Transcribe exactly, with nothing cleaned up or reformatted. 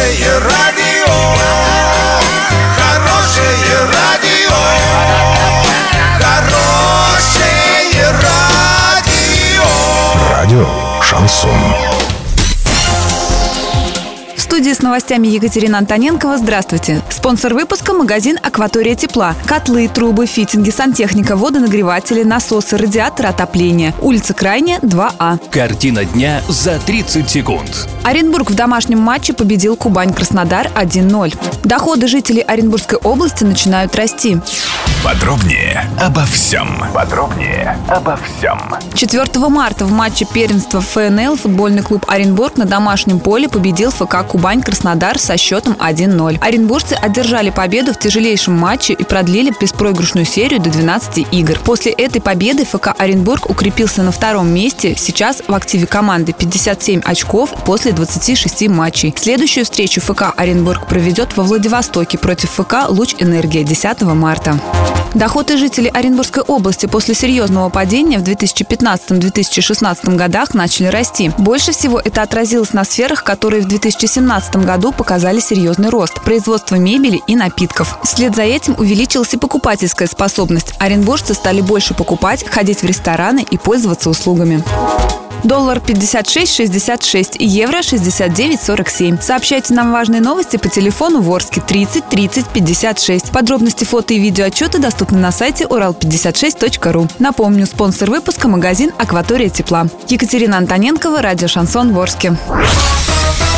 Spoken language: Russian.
Хорошее радио, хорошее радио, хорошее радио. Радио Шансон. В студии с новостями Екатерина Антоненкова. Здравствуйте. Спонсор выпуска – магазин «Акватория тепла». Котлы, трубы, фитинги, сантехника, водонагреватели, насосы, радиаторы отопления. Улица Крайняя, два А. Картина дня за тридцать секунд. Оренбург в домашнем матче победил Кубань-Краснодар один ноль. Доходы жителей Оренбургской области начинают расти. Подробнее обо всем. Подробнее обо всем. четвёртого марта в матче первенства эф эн эл футбольный клуб Оренбург на домашнем поле победил эф ка Кубань-Краснодар со счетом один ноль. Оренбуржцы одержали победу в тяжелейшем матче и продлили беспроигрышную серию до двенадцати игр. После этой победы эф ка Оренбург укрепился на втором месте. Сейчас в активе команды пятьдесят семь очков после двадцати шести матчей. Следующую встречу эф ка Оренбург проведет во Владивостоке против эф ка Луч Энергия десятого марта. Доходы жителей Оренбургской области после серьезного падения в две тысячи пятнадцатом - две тысячи шестнадцатом годах начали расти. Больше всего это отразилось на сферах, которые в две тысячи семнадцатом году показали серьезный рост – производство мебели и напитков. Вслед за этим увеличилась и покупательская способность. Оренбуржцы стали больше покупать, ходить в рестораны и пользоваться услугами. Доллар пятьдесят шесть шестьдесят шесть, евро шестьдесят девять сорок семь. Сообщайте нам важные новости по телефону Ворске тридцать тридцать пятьдесят шесть. Подробности, фото и видеоотчеты доступны на сайте урал пятьдесят шесть точка ру. Напомню, спонсор выпуска – магазин «Акватория тепла». Екатерина Антоненкова, радио «Шансон» Ворске.